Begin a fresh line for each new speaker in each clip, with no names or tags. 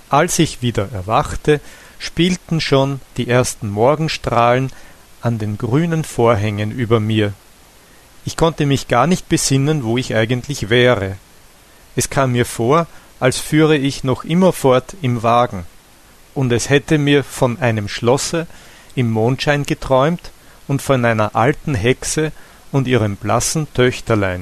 Als ich wieder erwachte, spielten schon die ersten Morgenstrahlen an den grünen Vorhängen über mir. Ich konnte mich gar nicht besinnen, wo ich eigentlich wäre. Es kam mir vor, als führe ich noch immerfort im Wagen, und es hätte mir von einem Schlosse im Mondschein geträumt und von einer alten Hexe und ihrem blassen Töchterlein.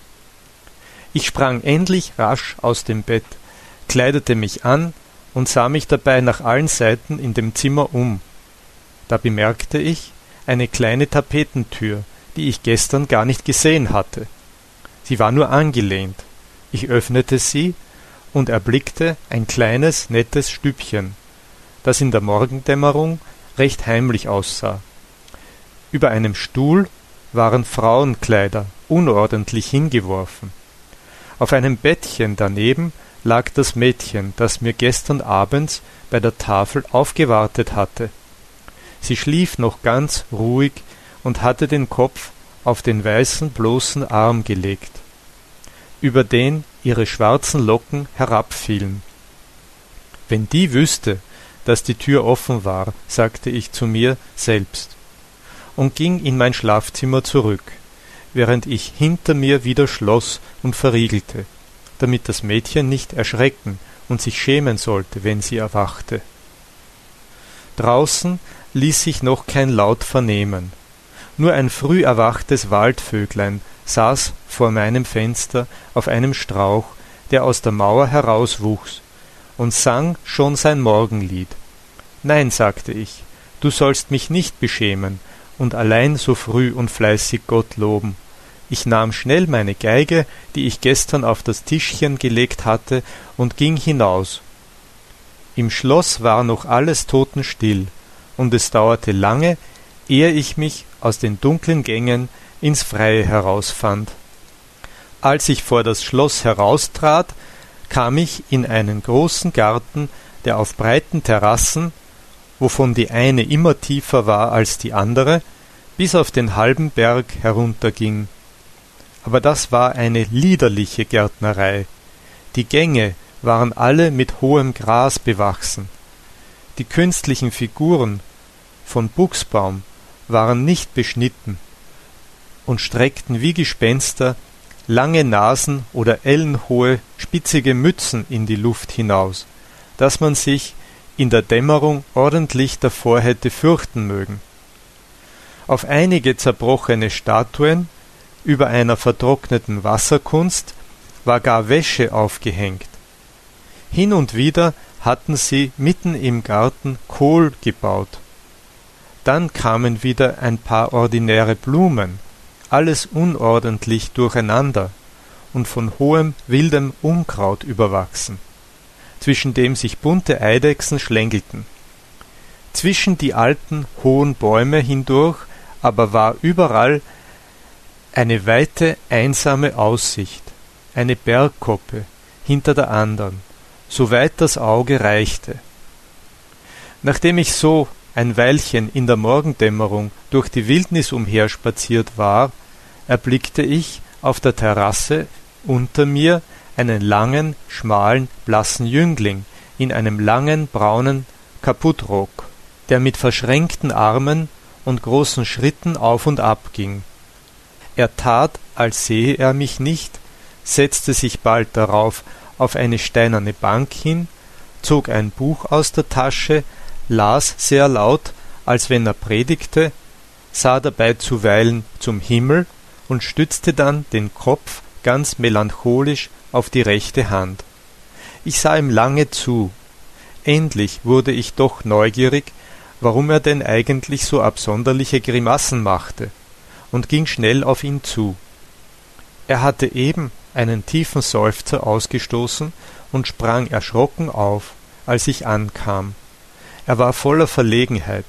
Ich sprang endlich rasch aus dem Bett, kleidete mich an und sah mich dabei nach allen Seiten in dem Zimmer um. Da bemerkte ich eine kleine Tapetentür, die ich gestern gar nicht gesehen hatte. Sie war nur angelehnt. Ich öffnete sie und erblickte ein kleines, nettes Stübchen, das in der Morgendämmerung recht heimlich aussah. Über einem Stuhl waren Frauenkleider unordentlich hingeworfen. Auf einem Bettchen daneben lag das Mädchen, das mir gestern abends bei der Tafel aufgewartet hatte. Sie schlief noch ganz ruhig und hatte den Kopf auf den weißen, bloßen Arm gelegt, über den ihre schwarzen Locken herabfielen. Wenn die wüsste, dass die Tür offen war, sagte ich zu mir selbst, und ging in mein Schlafzimmer zurück, während ich hinter mir wieder schloss und verriegelte, damit das Mädchen nicht erschrecken und sich schämen sollte, wenn sie erwachte. Draußen ließ sich noch kein Laut vernehmen. Nur ein früh erwachtes Waldvöglein saß vor meinem Fenster auf einem Strauch, der aus der Mauer herauswuchs, und sang schon sein Morgenlied. »Nein«, sagte ich, »du sollst mich nicht beschämen und allein so früh und fleißig Gott loben.« Ich nahm schnell meine Geige, die ich gestern auf das Tischchen gelegt hatte, und ging hinaus. Im Schloss war noch alles totenstill, und es dauerte lange, ehe ich mich aus den dunklen Gängen ins Freie herausfand. Als ich vor das Schloss heraustrat, kam ich in einen großen Garten, der auf breiten Terrassen, wovon die eine immer tiefer war als die andere, bis auf den halben Berg herunterging. Aber das war eine liederliche Gärtnerei. Die Gänge waren alle mit hohem Gras bewachsen. Die künstlichen Figuren von Buchsbaum waren nicht beschnitten und streckten wie Gespenster lange Nasen oder ellenhohe, spitzige Mützen in die Luft hinaus, dass man sich in der Dämmerung ordentlich davor hätte fürchten mögen. Auf einige zerbrochene Statuen über einer vertrockneten Wasserkunst war gar Wäsche aufgehängt. Hin und wieder hatten sie mitten im Garten Kohl gebaut. Dann kamen wieder ein paar ordinäre Blumen, alles unordentlich durcheinander und von hohem, wildem Unkraut überwachsen, zwischen dem sich bunte Eidechsen schlängelten. Zwischen die alten, hohen Bäume hindurch aber war überall eine weite, einsame Aussicht, eine Bergkoppe hinter der anderen, so weit das Auge reichte. Nachdem ich so ein Weilchen in der Morgendämmerung durch die Wildnis umherspaziert war, erblickte ich auf der Terrasse unter mir einen langen, schmalen, blassen Jüngling in einem langen, braunen Kaputtrock, der mit verschränkten Armen und großen Schritten auf und ab ging. Er tat, als sehe er mich nicht, setzte sich bald darauf auf eine steinerne Bank hin, zog ein Buch aus der Tasche, las sehr laut, als wenn er predigte, sah dabei zuweilen zum Himmel und stützte dann den Kopf ganz melancholisch auf die rechte Hand. Ich sah ihm lange zu. Endlich wurde ich doch neugierig, warum er denn eigentlich so absonderliche Grimassen machte, und ging schnell auf ihn zu. Er hatte eben einen tiefen Seufzer ausgestoßen und sprang erschrocken auf, als ich ankam. Er war voller Verlegenheit.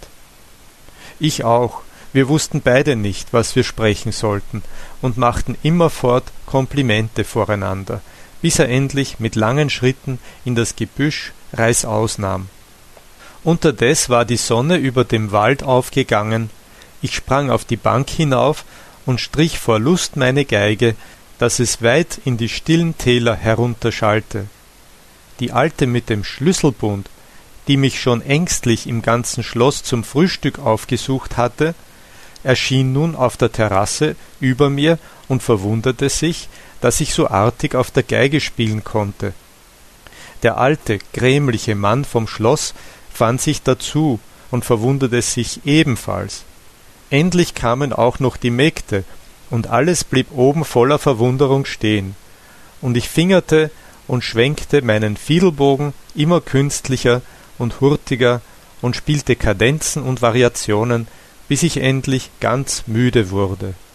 Ich auch. Wir wussten beide nicht, was wir sprechen sollten, und machten immerfort Komplimente voreinander, bis er endlich mit langen Schritten in das Gebüsch reißaus nahm. Unterdes war die Sonne über dem Wald aufgegangen. Ich sprang auf die Bank hinauf und strich vor Lust meine Geige, dass es weit in die stillen Täler herunterschallte. Die Alte mit dem Schlüsselbund, die mich schon ängstlich im ganzen Schloss zum Frühstück aufgesucht hatte, erschien nun auf der Terrasse über mir und verwunderte sich, dass ich so artig auf der Geige spielen konnte. Der alte, grämliche Mann vom Schloss fand sich dazu und verwunderte sich ebenfalls. Endlich kamen auch noch die Mägde, und alles blieb oben voller Verwunderung stehen, und ich fingerte und schwenkte meinen Fiedelbogen immer künstlicher und hurtiger und spielte Kadenzen und Variationen, bis ich endlich ganz müde wurde.